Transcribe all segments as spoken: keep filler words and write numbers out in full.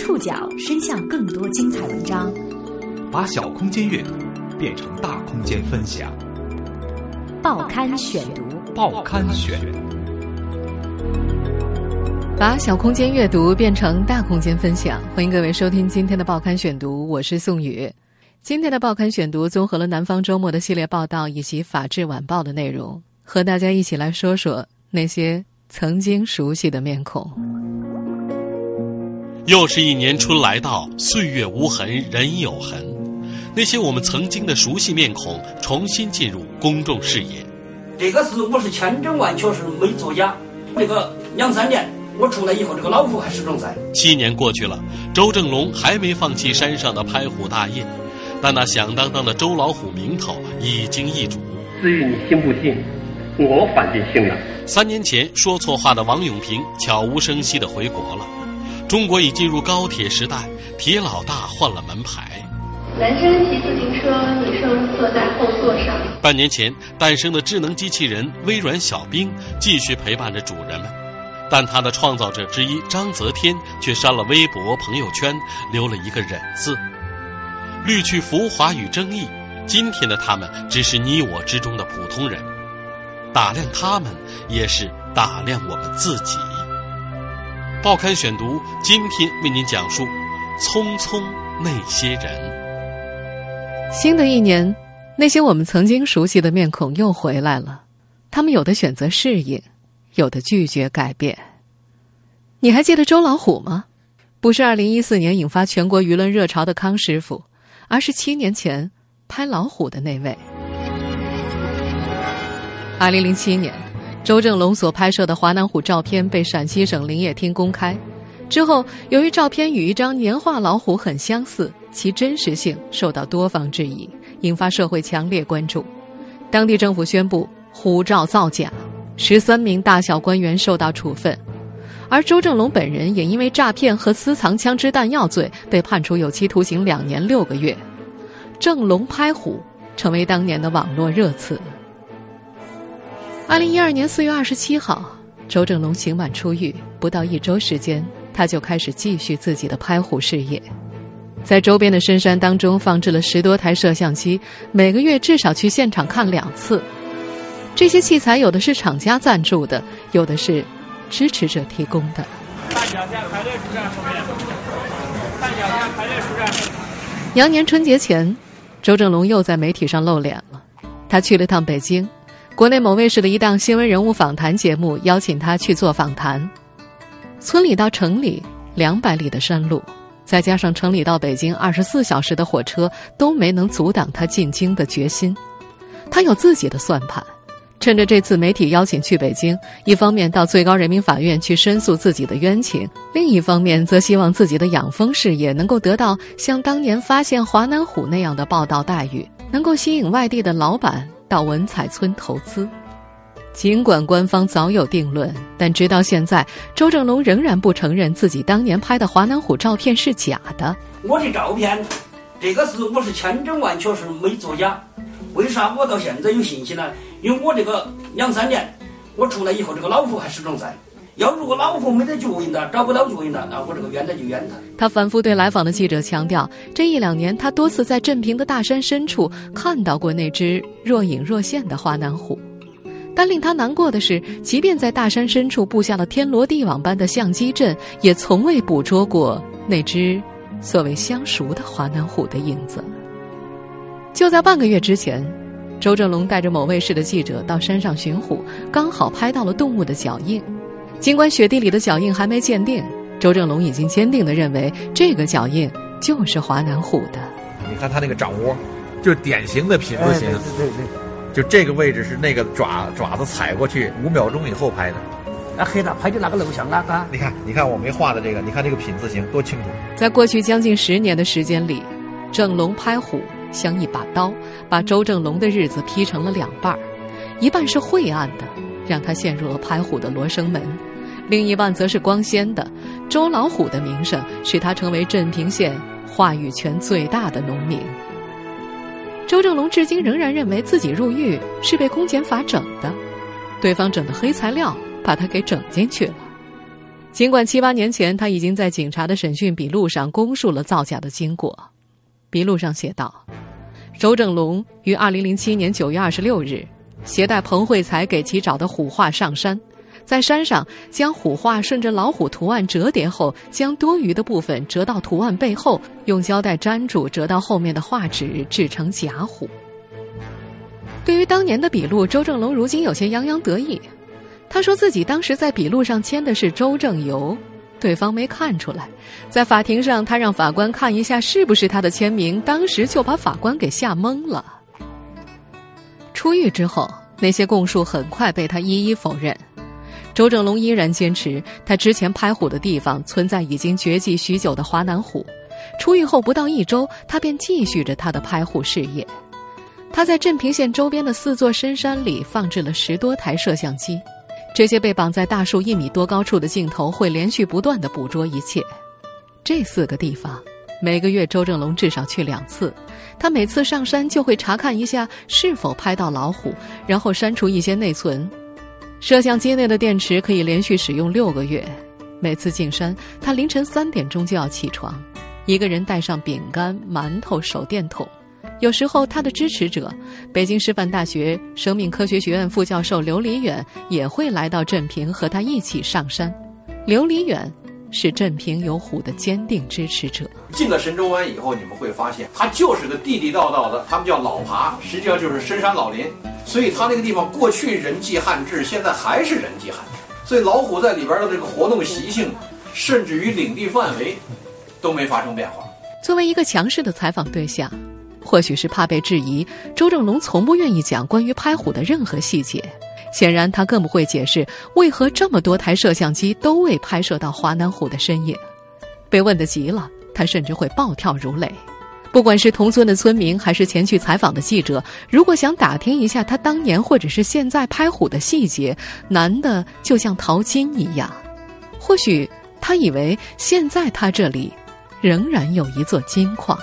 触角伸向更多精彩文章， 把小空间阅读变成大空间分享。 报刊选读， 报刊选， 把小空间阅读变成大空间分享。欢迎各位收听今天的报刊选读，我是宋宇。今天的报刊选读综合了南方周末的系列报道以及法制晚报的内容，和大家一起来说说那些曾经熟悉的面孔。 又是一年春来到，岁月无痕，人有痕。那些我们曾经的熟悉面孔重新进入公众视野。 这个事我是千真万确，是没作假。这个两三年我出来以后，这个老虎还始终在。 七年过去了，周正龙还没放弃山上的拍虎大业，但那响当当的周老虎名头已经易主。 至于你信不信，我反正信了。 三年前说错话的王永平悄无声息地回国了。中国已进入高铁时代，铁老大换了门牌。 男生骑自行车，女生坐在后座上。 半年前诞生的智能机器人微软小冰继续陪伴着主人们，但他的创造者之一章泽天却删了微博朋友圈，留了一个忍字。滤去浮华与争议，今天的他们只是你我之中的普通人。打量他们，也是打量我们自己。报刊选读今天为您讲述匆匆那些人。 新的一年，那些我们曾经熟悉的面孔又回来了，他们有的选择适应，有的拒绝改变。你还记得周老虎吗？不是二零一四年引发全国舆论热潮的康师傅，而是七年前拍老虎的那位。二零零七年，周正龙所拍摄的华南虎照片被陕西省林业厅公开之后，由于照片与一张年画老虎很相似，其真实性受到多方质疑，引发社会强烈关注。当地政府宣布虎照造假，十三名大小官员受到处分，而周正龙本人也因为诈骗和私藏枪支弹药罪被判处有期徒刑两年六个月。正龙拍虎成为当年的网络热词。二零一二年四月二十七号，周正龙刑满出狱，不到一周时间，他就开始继续自己的拍虎事业。在周边的深山当中放置了十多台摄像机，每个月至少去现场看两次。这些器材有的是厂家赞助的，有的是支持者提供的。 大脚架排列出站后面，大脚架排列出站。 羊年春节前，周正龙又在媒体上露脸了。他去了趟北京，国内某卫视的一档新闻人物访谈节目邀请他去做访谈。村里到城里两百里的山路，再加上城里到北京二十四小时的火车，都没能阻挡他进京的决心。他有自己的算盘，趁着这次媒体邀请去北京，一方面到最高人民法院去申诉自己的冤情，另一方面则希望自己的养蜂事业能够得到像当年发现华南虎那样的报道待遇，能够吸引外地的老板到文采村投资。尽管官方早有定论，但直到现在，周正龙仍然不承认自己当年拍的华南虎照片是假的。 我的照片，这个事我是千真万确，是没作假。为啥我到现在有信心呢？因为我这个两三年我出来以后，这个老虎还始终在。要如果老虎没得脚印的，找不到脚印的，那我这个冤的就冤他。 他反复对来访的记者强调，这一两年他多次在镇平的大山深处看到过那只若隐若现的华南虎。但令他难过的是，即便在大山深处布下了天罗地网般的相机阵，也从未捕捉过那只所谓相熟的华南虎的影子。就在半个月之前，周正龙带着某卫视的记者到山上寻虎，刚好拍到了动物的脚印。尽管雪地里的脚印还没鉴定，周正龙已经坚定地认为这个脚印就是华南虎的。 你看他那个爪窝，就是典型的品字形。 哎、对对对， 就这个位置是那个爪爪子踩过去五秒钟以后拍的。 那黑的拍的那个录像那个， 你看，你看我没画的这个，你看这个品字形多清楚。 在过去将近十年的时间里，正龙拍虎像一把刀，把周正龙的日子劈成了两半，一半是晦暗的，让他陷入了拍虎的罗生门；另一半则是光鲜的，周老虎的名声使他成为镇平县话语权最大的农民。周正龙至今仍然认为自己入狱是被公检法整的，对方整的黑材料把他给整进去了。 尽管七八年前他已经在警察的审讯笔录上供述了造假的经过，笔录上写道：周正龙于二零零七年九月二十六日携带彭慧才给其找的虎画上山，在山上将虎画顺着老虎图案折叠后，将多余的部分折到图案背后，用胶带粘住，折到后面的画纸，制成假虎。对于当年的笔录，周正龙如今有些洋洋得意。他说自己当时在笔录上签的是周正游，对方没看出来。在法庭上，他让法官看一下是不是他的签名，当时就把法官给吓懵了。出狱之后，那些供述很快被他一一否认。周正龙依然坚持他之前拍虎的地方存在已经绝迹许久的华南虎。出狱后不到一周，他便继续着他的拍虎事业。他在镇平县周边的四座深山里放置了十多台摄像机，这些被绑在大树一米多高处的镜头会连续不断地捕捉一切。这四个地方每个月周正龙至少去两次，他每次上山就会查看一下是否拍到老虎，然后删除一些内存。摄像机内的电池可以连续使用六个月。每次进山，他凌晨三点钟就要起床，一个人带上饼干、馒头、手电筒。有时候他的支持者，北京师范大学生命科学学院副教授刘黎远也会来到镇平和他一起上山。刘黎远是镇平有虎的坚定支持者。 进了神州湾以后，你们会发现它就是个地地道道的，他们叫老爬，实际上就是深山老林。所以它那个地方过去人迹罕至，现在还是人迹罕至。所以老虎在里边的这个活动习性，甚至于领地范围都没发生变化。 作为一个强势的采访对象，或许是怕被质疑，周正龙从不愿意讲关于拍虎的任何细节。显然他更不会解释为何这么多台摄像机都未拍摄到华南虎的身影。被问得急了，他甚至会暴跳如雷。不管是同村的村民还是前去采访的记者，如果想打听一下他当年或者是现在拍虎的细节，难的就像淘金一样。或许他以为现在他这里仍然有一座金矿。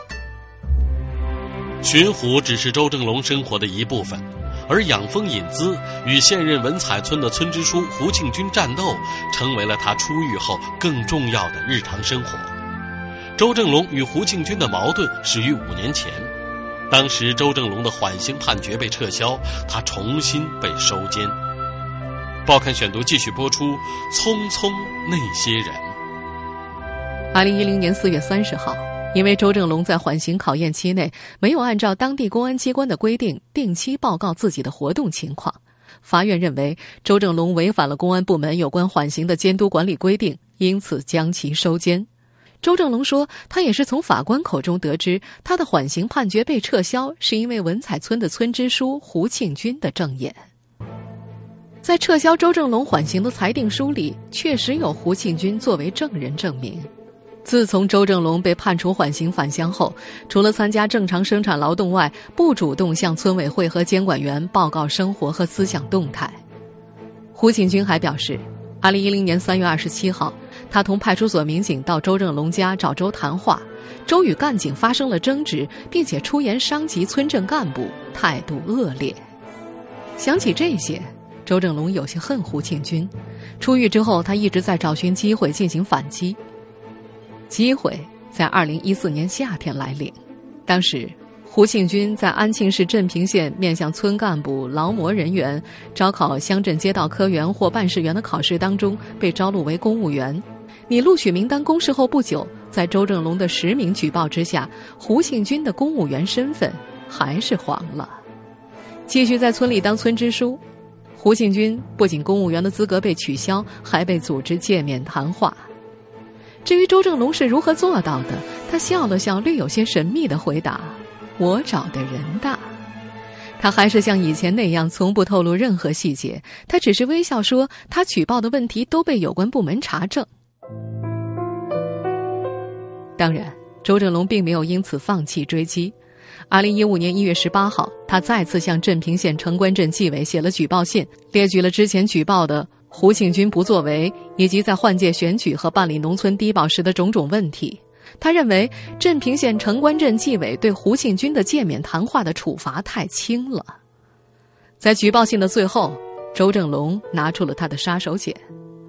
寻虎只是周正龙生活的一部分，而养蜂引资与现任文采村的村支书胡庆军战斗，成为了他出狱后更重要的日常生活。周正龙与胡庆军的矛盾始于五年前，当时周正龙的缓刑判决被撤销，他重新被收监。报刊选读继续播出《匆匆那些人》。 二零一零年四月三十号，因为周正龙在缓刑考验期内没有按照当地公安机关的规定定期报告自己的活动情况，法院认为周正龙违反了公安部门有关缓刑的监督管理规定，因此将其收监。周正龙说，他也是从法官口中得知他的缓刑判决被撤销是因为文采村的村支书胡庆军的证言。在撤销周正龙缓刑的裁定书里，确实有胡庆军作为证人证明。自从周正龙被判处缓刑返乡后，除了参加正常生产劳动外，不主动向村委会和监管员报告生活和思想动态。胡庆军还表示，二零一零年三月二十七号，他同派出所民警到周正龙家找周谈话，周与干警发生了争执，并且出言伤及村镇干部，态度恶劣。想起这些，周正龙有些恨胡庆军。出狱之后，他一直在找寻机会进行反击。机会在二零一四年夏天来临，当时胡庆军在安庆市镇平县面向村干部、劳模人员招考乡镇街道科员或办事员的考试当中被招录为公务员。拟录取名单公示后不久，在周正龙的实名举报之下，胡庆军的公务员身份还是黄了。继续在村里当村支书，胡庆军不仅公务员的资格被取消，还被组织见面谈话。至于周正龙是如何做到的，他笑了笑，略有些神秘地回答：我找的人大。他还是像以前那样从不透露任何细节，他只是微笑说他举报的问题都被有关部门查证。当然，周正龙并没有因此放弃追击。二零一五年一月十八号，他再次向镇平县城关镇纪委写了举报信，列举了之前举报的胡庆军不作为，以及在换届选举和办理农村低保时的种种问题。他认为镇平县城关镇纪委对胡庆军的诫勉谈话的处罚太轻了。在举报信的最后，周正龙拿出了他的杀手锏。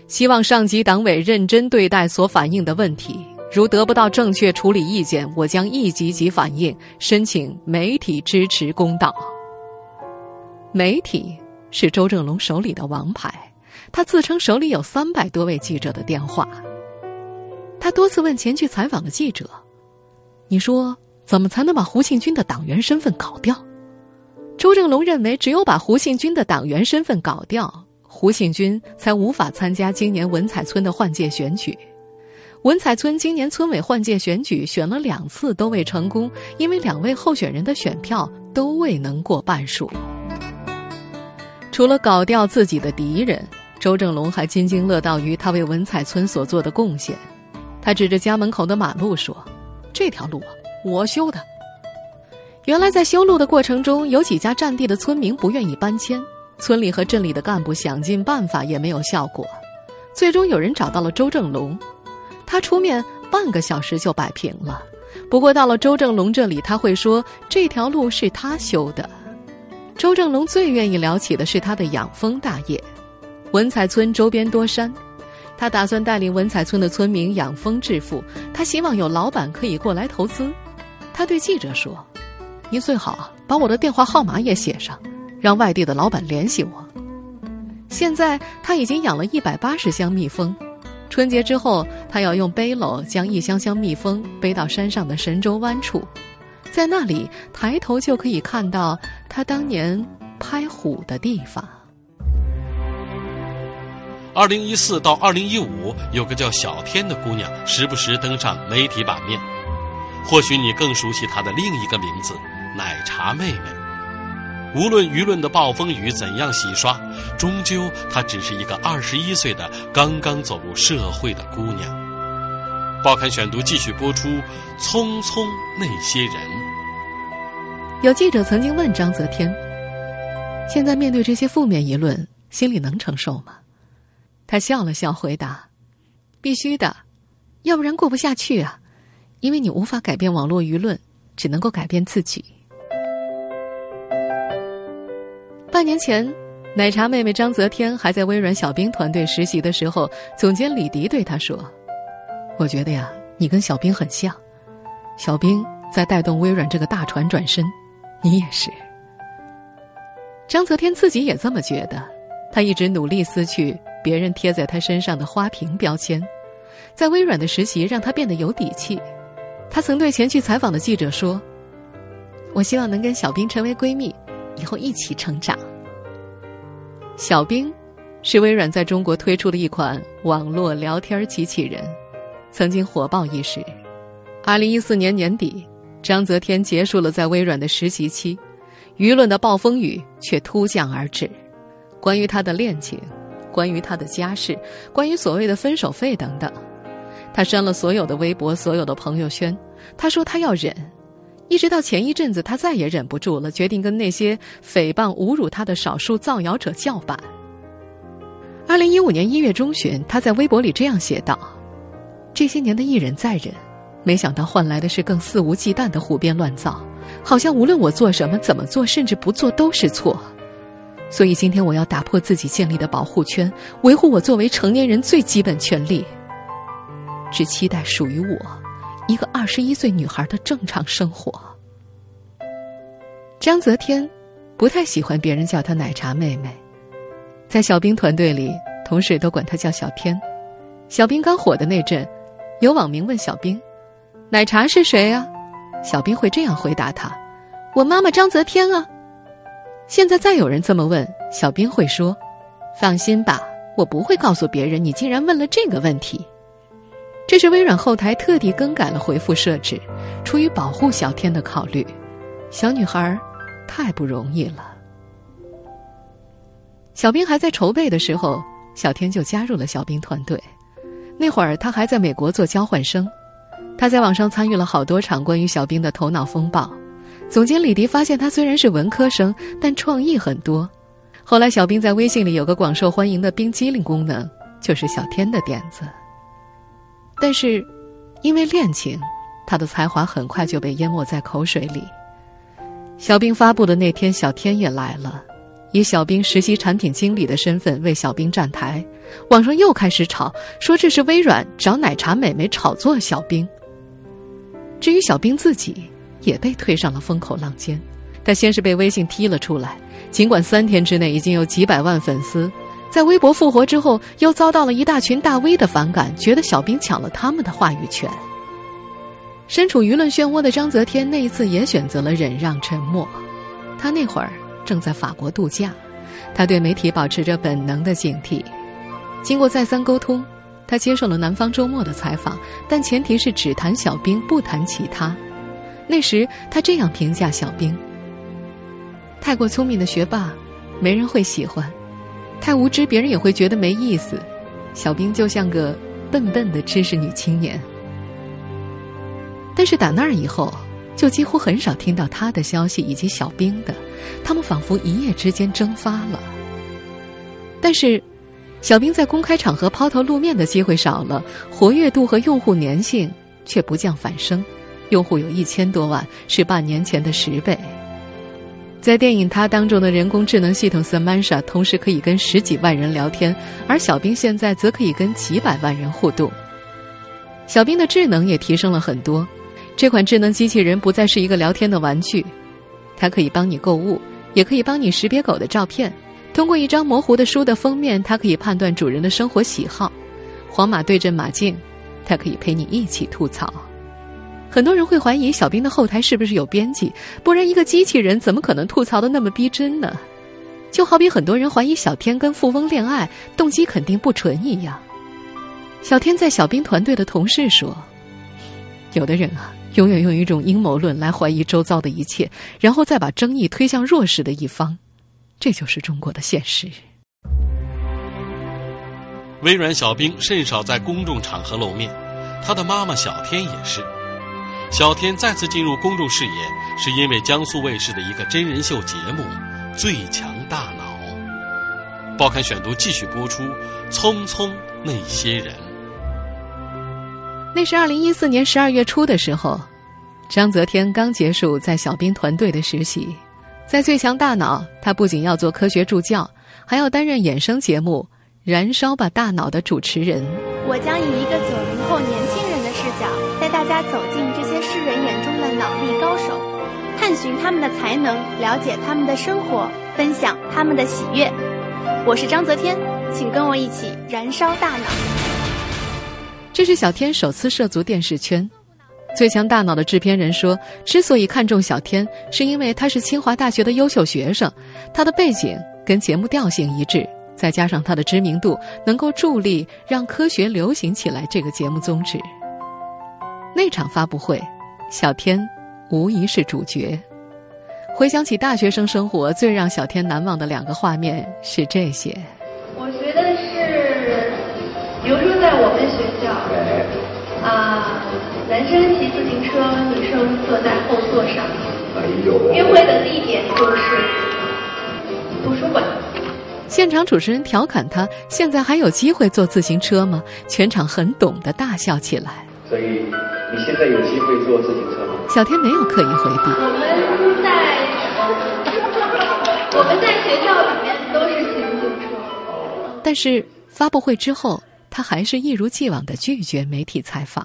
希望上级党委认真对待所反映的问题，如得不到正确处理意见，我将一级级反映，申请媒体支持公道。媒体是周正龙手里的王牌，他自称手里有三百多位记者的电话。他多次问前去采访的记者，你说怎么才能把胡庆军的党员身份搞掉？周正龙认为，只有把胡庆军的党员身份搞掉，胡庆军才无法参加今年文彩村的换届选举。文彩村今年村委换届选举选了两次都未成功，因为两位候选人的选票都未能过半数。除了搞掉自己的敌人，周正龙还津津乐道于他为文彩村所做的贡献。他指着家门口的马路说，这条路啊，我修的。原来在修路的过程中，有几家占地的村民不愿意搬迁，村里和镇里的干部想尽办法也没有效果。最终有人找到了周正龙，他出面半个小时就摆平了。不过到了周正龙这里，他会说这条路是他修的。周正龙最愿意聊起的是他的养蜂大业。文彩村周边多山，他打算带领文彩村的村民养蜂致富，他希望有老板可以过来投资。他对记者说，您最好把我的电话号码也写上，让外地的老板联系我。现在他已经养了一百八十箱蜜蜂，春节之后他要用背篓将一箱箱蜜蜂背到山上的神州湾处，在那里抬头就可以看到他当年拍虎的地方。 二零一四到二零一五，有个叫小天的姑娘时不时登上媒体版面。或许你更熟悉她的另一个名字，奶茶妹妹。无论舆论的暴风雨怎样洗刷，终究她只是一个二十一岁的刚刚走入社会的姑娘。报刊选读继续播出，匆匆那些人。 有记者曾经问章泽天，现在面对这些负面议论，心里能承受吗？他笑了笑回答，必须的，要不然过不下去啊，因为你无法改变网络舆论，只能够改变自己。半年前，奶茶妹妹章泽天还在微软小冰团队实习的时候，总监李迪对她说，我觉得呀，你跟小冰很像，小冰在带动微软这个大船转身，你也是。章泽天自己也这么觉得，他一直努力撕去别人贴在他身上的花瓶标签，在微软的实习让他变得有底气。他曾对前去采访的记者说，我希望能跟小冰成为闺蜜，以后一起成长。小冰是微软在中国推出的一款网络聊天机器人，曾经火爆一时。二零一四年年底，章泽天结束了在微软的实习期，舆论的暴风雨却突降而至。关于他的恋情，关于他的家事，关于所谓的分手费等等，他删了所有的微博，所有的朋友圈。他说他要忍，一直到前一阵子他再也忍不住了，决定跟那些诽谤侮辱他的少数造谣者叫板。二零一五年一月中旬，他在微博里这样写道，这些年的一忍再忍，没想到换来的是更肆无忌惮的胡编乱造，好像无论我做什么，怎么做，甚至不做都是错。所以今天我要打破自己建立的保护圈，维护我作为成年人最基本权利，只期待属于我一个二十一岁女孩的正常生活。章泽天不太喜欢别人叫她奶茶妹妹，在小冰团队里，同事都管她叫小天。小冰刚火的那阵，有网民问小冰，奶茶是谁啊？小冰会这样回答他，我妈妈章泽天啊。现在再有人这么问，小冰会说，放心吧，我不会告诉别人你竟然问了这个问题。这是微软后台特地更改了回复设置，出于保护小天的考虑。小女孩太不容易了。小冰还在筹备的时候，小天就加入了小冰团队。那会儿他还在美国做交换生，他在网上参与了好多场关于小冰的头脑风暴。总监李迪发现他虽然是文科生，但创意很多。后来小冰在微信里有个广受欢迎的冰激凌功能，就是小天的点子。但是因为恋情，他的才华很快就被淹没在口水里。小冰发布的那天，小天也来了，以小冰实习产品经理的身份为小冰站台， 网上又开始吵，说这是微软找奶茶美眉炒作小冰。至于小冰自己，也被推上了风口浪尖。他先是被微信踢了出来，尽管三天之内已经有几百万粉丝，在微博复活之后，又遭到了一大群大 V 的反感，觉得小冰抢了他们的话语权。身处舆论漩涡的章泽天那一次也选择了忍让沉默。他那会儿正在法国度假，他对媒体保持着本能的警惕。经过再三沟通，他接受了南方周末的采访，但前提是只谈小冰，不谈其他。那时他这样评价小冰：太过聪明的学霸没人会喜欢，太无知别人也会觉得没意思，小冰就像个笨笨的知识女青年。但是打那儿以后，就几乎很少听到他的消息以及小冰的，他们仿佛一夜之间蒸发了。但是小冰在公开场合抛头露面的机会少了，活跃度和用户粘性却不降反升，用户有一千多万，是半年前的十倍。在电影《他》当中的人工智能系统 Samantha 同时可以跟十几万人聊天，而小冰现在则可以跟几百万人互动。小冰的智能也提升了很多，这款智能机器人不再是一个聊天的玩具，它可以帮你购物，也可以帮你识别狗的照片。通过一张模糊的书的封面，它可以判断主人的生活喜好。皇马对阵马竞，它可以陪你一起吐槽。很多人会怀疑小冰的后台是不是有编辑，不然一个机器人怎么可能吐槽得那么逼真呢？就好比很多人怀疑小天跟富翁恋爱，动机肯定不纯一样。小天在小冰团队的同事说，有的人啊，永远用一种阴谋论来怀疑周遭的一切，然后再把争议推向弱势的一方，这就是中国的现实。 微软小冰甚少在公众场合露面，他的妈妈小天也是。小天再次进入公众视野，是因为江苏卫视的一个真人秀节目《最强大脑》。报刊选读继续播出，匆匆那些人。 那是二零一四年十二月初的时候，章泽天刚结束在小冰团队的实习。在最强大脑，他不仅要做科学助教，还要担任衍生节目《燃烧吧大脑》的主持人。 我将以一个九零后年轻人的视角，带大家走进这些世人眼中的脑力高手，探寻他们的才能，了解他们的生活，分享他们的喜悦。我是章泽天，请跟我一起燃烧大脑。 这是小天首次涉足电视圈。最强大脑的制片人说，之所以看中小天，是因为他是清华大学的优秀学生，他的背景跟节目调性一致，再加上他的知名度，能够助力让科学流行起来这个节目宗旨。那场发布会，小天无疑是主角。回想起大学生生活，最让小天难忘的两个画面是这些。 我觉得是，比如说在我们学校，啊、呃，男生骑自行车，女生坐在后座上。哎呦。约会的地点就是图书馆。 现场主持人调侃他，现在还有机会坐自行车吗？全场很懂得大笑起来。 所以你现在有机会坐自行车吗？ 小天没有刻意回避。 我们在我们在学校里面都是骑自行车。 但是发布会之后，他还是一如既往地拒绝媒体采访。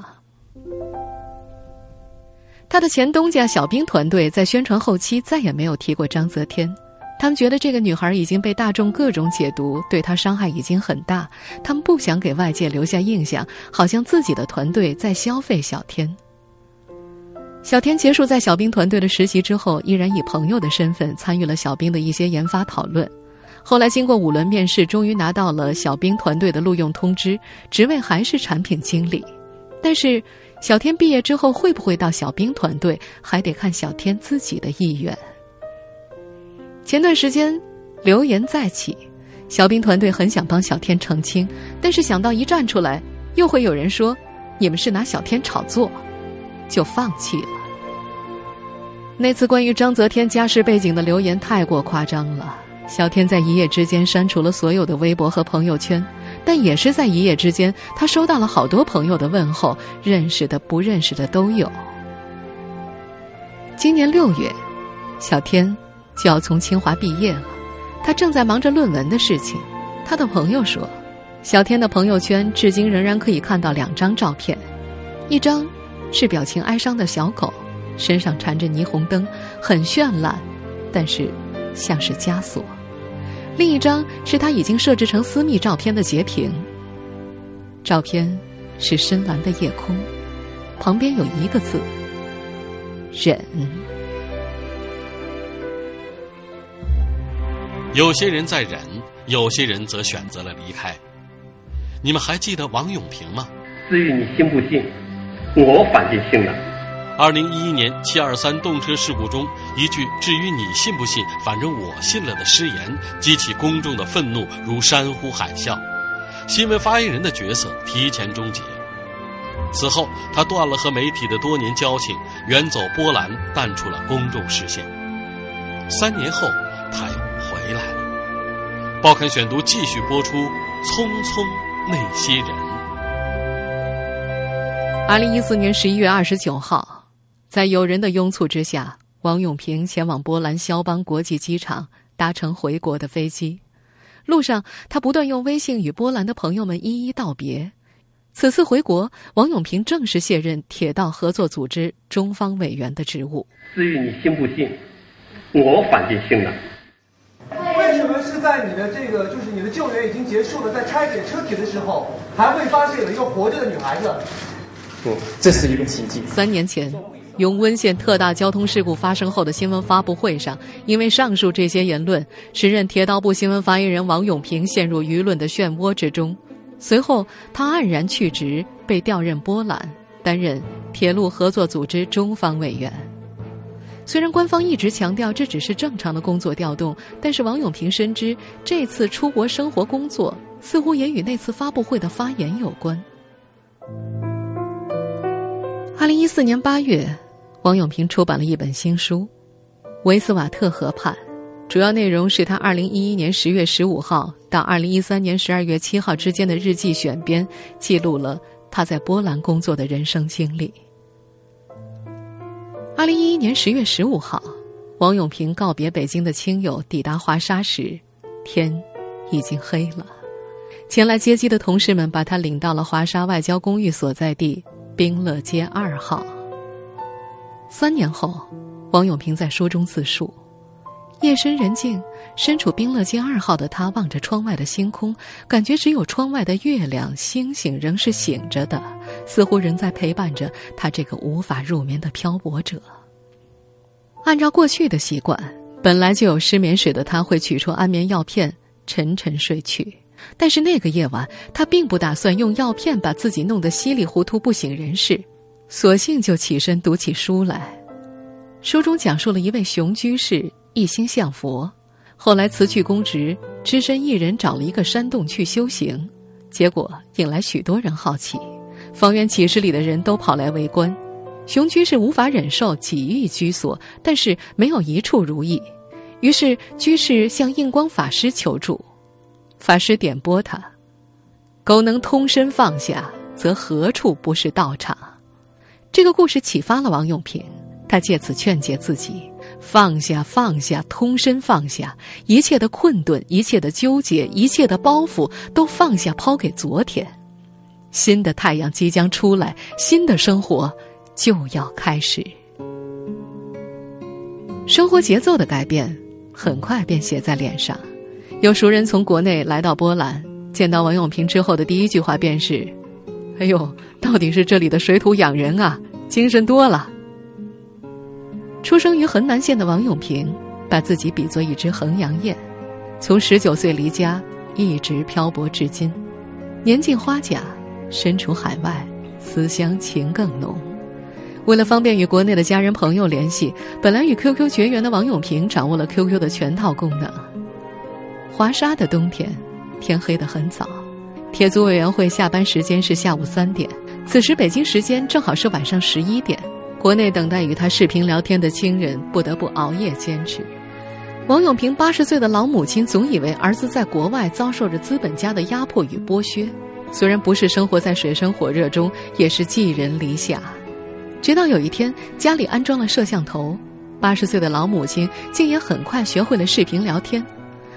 他的前东家小冰团队在宣传后期再也没有提过章泽天。他们觉得这个女孩已经被大众各种解读，对她伤害已经很大，他们不想给外界留下印象，好像自己的团队在消费小天。小天结束在小冰团队的实习之后，依然以朋友的身份参与了小冰的一些研发讨论。后来经过五轮面试，终于拿到了小冰团队的录用通知，职位还是产品经理。但是小天毕业之后会不会到小冰团队，还得看小天自己的意愿。前段时间流言再起，小冰团队很想帮小天澄清，但是想到一站出来又会有人说你们是拿小天炒作，就放弃了。那次关于章泽天家世背景的流言太过夸张了，小天在一夜之间删除了所有的微博和朋友圈，但也是在一夜之间，他收到了好多朋友的问候，认识的不认识的都有。今年六月，小天就要从清华毕业了，他正在忙着论文的事情。他的朋友说， 小天的朋友圈至今仍然可以看到两张照片，一张是表情哀伤的小狗，身上缠着霓虹灯，很绚烂，但是像是枷锁。另一张是他已经设置成私密照片的截屏，照片是深蓝的夜空，旁边有一个字：忍。 有些人在忍，有些人则选择了离开。你们还记得王永平吗？ 至于你信不信，我反正信了。 二零一一年七二三动车事故中，一句至于你信不信反正我信了的失言激起公众的愤怒如山呼海啸，新闻发言人的角色提前终结。此后他断了和媒体的多年交情，远走波兰，淡出了公众视线。三年后他又回来了。报刊选读继续播出匆匆那些人。 二零一四年十一月二十九号，在友人的拥簇之下，王永平前往波兰肖邦国际机场，搭乘回国的飞机。路上，他不断用微信与波兰的朋友们一一道别。此次回国，王永平正式卸任铁道合作组织中方委员的职务。 至于你信不信，我反正信了。 为什么是在你的这个就是你的救援已经结束了，在拆解车体的时候，还会发现有一个活着的女孩子？ 不，这是一个奇迹。 三年前，永温县特大交通事故发生后的新闻发布会上，因为上述这些言论，时任铁道部新闻发言人王永平陷入舆论的漩涡之中。随后，他黯然去职，被调任波兰，担任铁路合作组织中方委员。虽然官方一直强调这只是正常的工作调动，但是王永平深知，这次出国生活工作似乎也与那次发布会的发言有关。二零一四年八月，王永平出版了一本新书《维斯瓦特河畔》，主要内容是他二零一一年十月十五号到二零一三年十二月七号之间的日记选编，记录了他在波兰工作的人生经历。二零一一年十月十五号，王永平告别北京的亲友，抵达华沙时，天已经黑了。前来接机的同事们把他领到了华沙外交公寓所在地宾乐街二号。三年后，王永平在书中自述，夜深人静，身处宾乐街二号的他望着窗外的星空，感觉只有窗外的月亮星星仍是醒着的，似乎仍在陪伴着他这个无法入眠的漂泊者。按照过去的习惯，本来就有失眠史的他会取出安眠药片沉沉睡去，但是那个夜晚，他并不打算用药片把自己弄得稀里糊涂不省人事，索性就起身读起书来。书中讲述了一位熊居士一心向佛，后来辞去公职，只身一人找了一个山洞去修行，结果引来许多人好奇，方圆几十里的人都跑来围观。熊居士无法忍受几欲居所，但是没有一处如意，于是居士向印光法师求助。法师点拨他：苟能通身放下，则何处不是道场。这个故事启发了王永平，他借此劝诫自己，放下放下，通身放下，一切的困顿，一切的纠结，一切的包袱都放下，抛给昨天。新的太阳即将出来，新的生活就要开始。生活节奏的改变很快便写在脸上。有熟人从国内来到波兰，见到王永平之后的第一句话便是：哎呦，到底是这里的水土养人啊，精神多了。出生于衡南县的王永平把自己比作一只衡阳雁，从十九岁离家一直漂泊至今，年近花甲，身处海外，思乡情更浓。为了方便与国内的家人朋友联系，本来与 Q Q 绝缘的王永平掌握了 Q Q 的全套功能。华沙的冬天，天黑得很早，铁组委员会下班时间是下午三点，此时北京时间正好是晚上十一点。国内等待与他视频聊天的亲人不得不熬夜坚持。王永平八十岁的老母亲总以为儿子在国外遭受着资本家的压迫与剥削，虽然不是生活在水深火热中，也是寄人篱下。直到有一天，家里安装了摄像头，八十岁的老母亲竟也很快学会了视频聊天。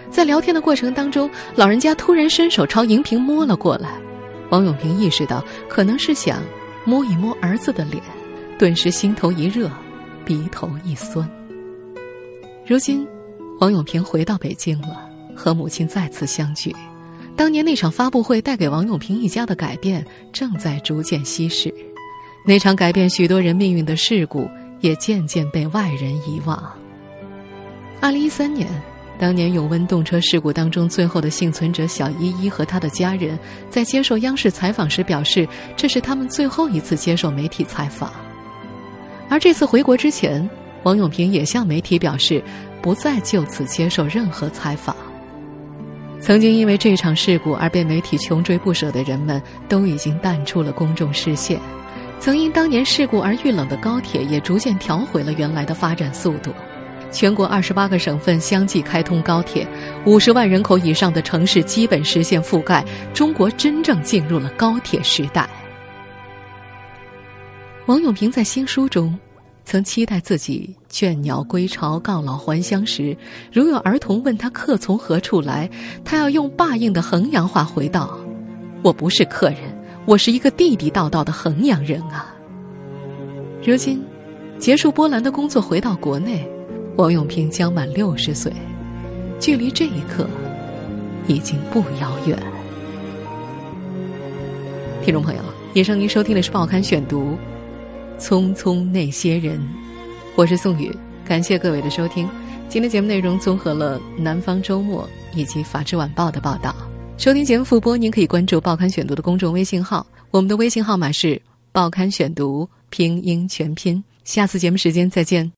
在聊天的过程当中，老人家突然伸手朝荧屏摸了过来，王永平意识到可能是想摸一摸儿子的脸，顿时心头一热，鼻头一酸。如今王永平回到北京了，和母亲再次相聚。当年那场发布会带给王永平一家的改变正在逐渐稀释，那场改变许多人命运的事故也渐渐被外人遗忘。二零一三年，当年永温动车事故当中最后的幸存者小依依和她的家人在接受央视采访时表示，这是他们最后一次接受媒体采访。而这次回国之前，王永平也向媒体表示不再就此接受任何采访。曾经因为这场事故而被媒体穷追不舍的人们都已经淡出了公众视线，曾因当年事故而遇冷的高铁也逐渐调回了原来的发展速度。全国二十八个省份相继开通高铁，五十万人口以上的城市基本实现覆盖，中国真正进入了高铁时代。王永平在新书中曾期待自己倦鸟归巢，告老还乡时，如有儿童问他客从何处来，他要用霸硬的衡阳话回道：我不是客人，我是一个地地道道的衡阳人啊。如今结束波兰的工作回到国内，王永平将满六十岁，距离这一刻已经不遥远。听众朋友，以上您收听的是《报刊选读》，匆匆那些人，我是宋宇，感谢各位的收听。今天节目内容综合了南方周末以及法制晚报的报道。收听节目复播，您可以关注报刊选读的公众微信号，我们的微信号码是报刊选读拼音全拼。下次节目时间再见。